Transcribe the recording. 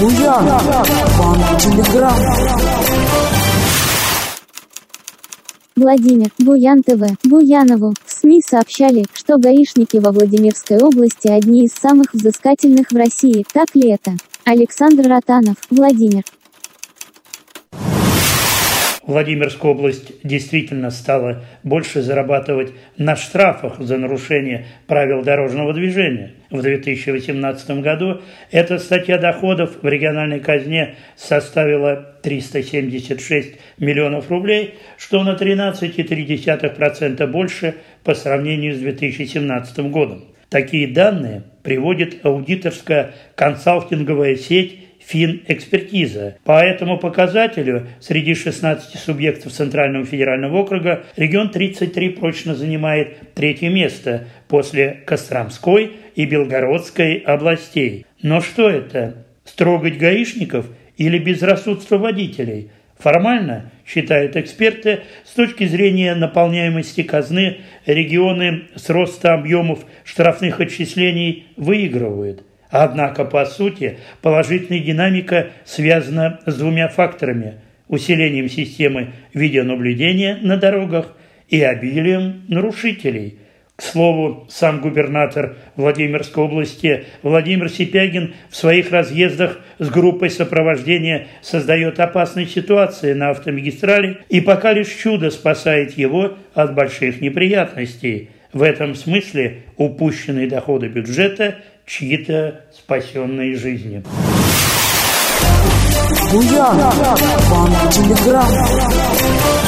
Буян, Банк Телеграм. Владимир, Буян ТВ. Буянову в СМИ сообщали, что гаишники во Владимирской области одни из самых взыскательных в России. Так ли это? Александр Ротанов, Владимир. Владимирская область действительно стала больше зарабатывать на штрафах за нарушение правил дорожного движения. В 2018 году эта статья доходов в региональной казне составила 376 миллионов рублей, что на 13,3% больше по сравнению с 2017 годом. Такие данные приводит аудиторская консалтинговая сеть Финэкспертиза. По этому показателю среди 16 субъектов Центрального федерального округа регион 33 прочно занимает третье место после Костромской и Белгородской областей. Но что это? Строгать гаишников или безрассудство водителей? Формально, считают эксперты, с точки зрения наполняемости казны, регионы с ростом объемов штрафных отчислений выигрывают. Однако, по сути, положительная динамика связана с двумя факторами – усилением системы видеонаблюдения на дорогах и обилием нарушителей. К слову, сам губернатор Владимирской области Владимир Сипягин в своих разъездах с группой сопровождения создает опасные ситуации на автомагистрали и пока лишь чудо спасает его от больших неприятностей. В этом смысле упущенные доходы бюджета – чьи-то спасенные жизни. Буян, Банк Телеграм.